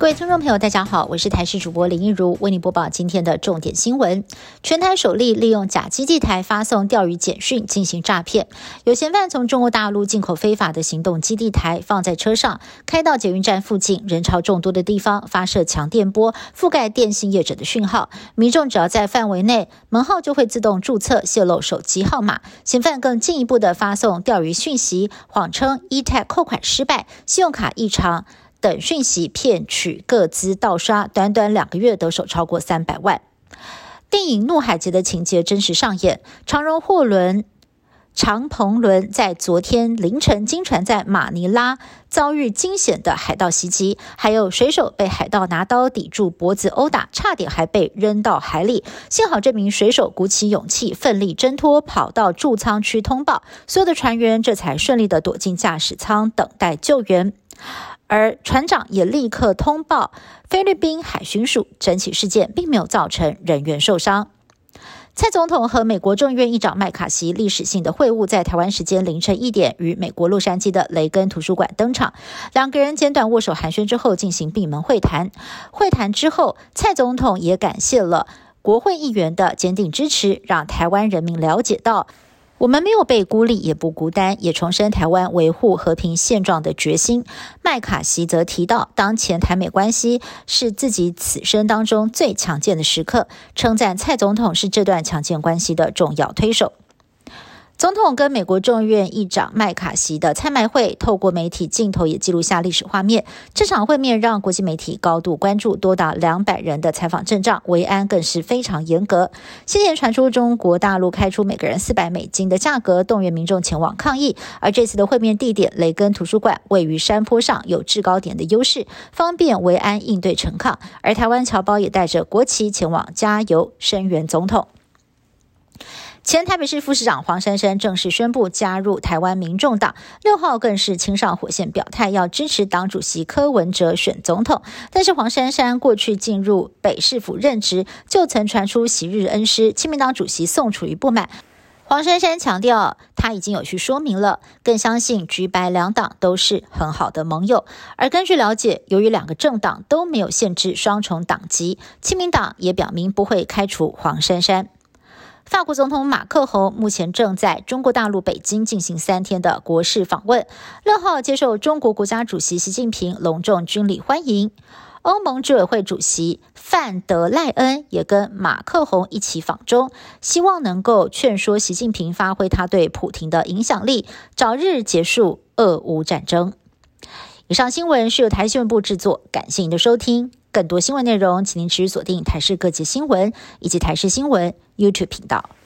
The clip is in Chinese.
各位听众朋友大家好，我是台视主播林一如，为您播报今天的重点新闻。全台首例利用假基地台发送钓鱼简讯进行诈骗，有嫌犯从中国大陆进口非法的行动基地台，放在车上开到捷运站附近人潮众多的地方，发射强电波覆盖电信业者的讯号，民众只要在范围内，门号就会自动注册，泄露手机号码。嫌犯更进一步的发送钓鱼讯息，谎称 eTag 扣款失败、信用卡异常等讯息，骗取个资盗刷，短短2个月得手超过300万。电影《怒海劫》的情节真实上演，长荣货轮长鹏轮在昨天凌晨经船在马尼拉遭遇惊险的海盗袭击，还有水手被海盗拿刀抵住脖子殴打，差点还被扔到海里。幸好这名水手鼓起勇气，奋力挣脱，跑到驻舱区通报，所有的船员这才顺利的躲进驾驶舱等待救援。而船长也立刻通报菲律宾海巡署，整起事件并没有造成人员受伤。蔡总统和美国众议院议长麦卡锡历史性的会晤在台湾时间凌晨1点于美国洛杉矶的雷根图书馆登场，两个人简短握手寒暄之后进行闭门会谈。会谈之后，蔡总统也感谢了国会议员的坚定支持，让台湾人民了解到我们没有被孤立，也不孤单，也重申台湾维护和平现状的决心。麦卡锡则提到，当前台美关系是自己此生当中最强健的时刻，称赞蔡总统是这段强健关系的重要推手。总统跟美国众议院议长麦卡锡的参麦会，透过媒体镜头也记录下历史画面。这场会面让国际媒体高度关注，多达200人的采访阵仗，维安更是非常严格。先前传出中国大陆开出每个人$400的价格，动员民众前往抗议。而这次的会面地点雷根图书馆位于山坡上，有制高点的优势，方便维安应对陈抗。而台湾侨胞也带着国旗前往加油声援总统。前台北市副市长黄珊珊正式宣布加入台湾民众党，6号更是亲上火线表态要支持党主席柯文哲选总统。但是黄珊珊过去进入北市府任职，就曾传出昔日恩师亲民党主席宋楚瑜不满。黄珊珊强调，他已经有去说明了，更相信橘白两党都是很好的盟友。而根据了解，由于2个政党都没有限制双重党籍，亲民党也表明不会开除黄珊珊。法国总统马克宏目前正在中国大陆北京进行3天的国事访问，6号接受中国国家主席习近平隆重军礼欢迎。欧盟执委会主席范德赖恩也跟马克宏一起访中，希望能够劝说习近平发挥他对普亭的影响力，早日结束俄乌战争。以上新闻是由台新闻部制作，感谢您的收听。更多新闻内容，请您持续锁定台视各界新闻以及台视新闻 YouTube 频道。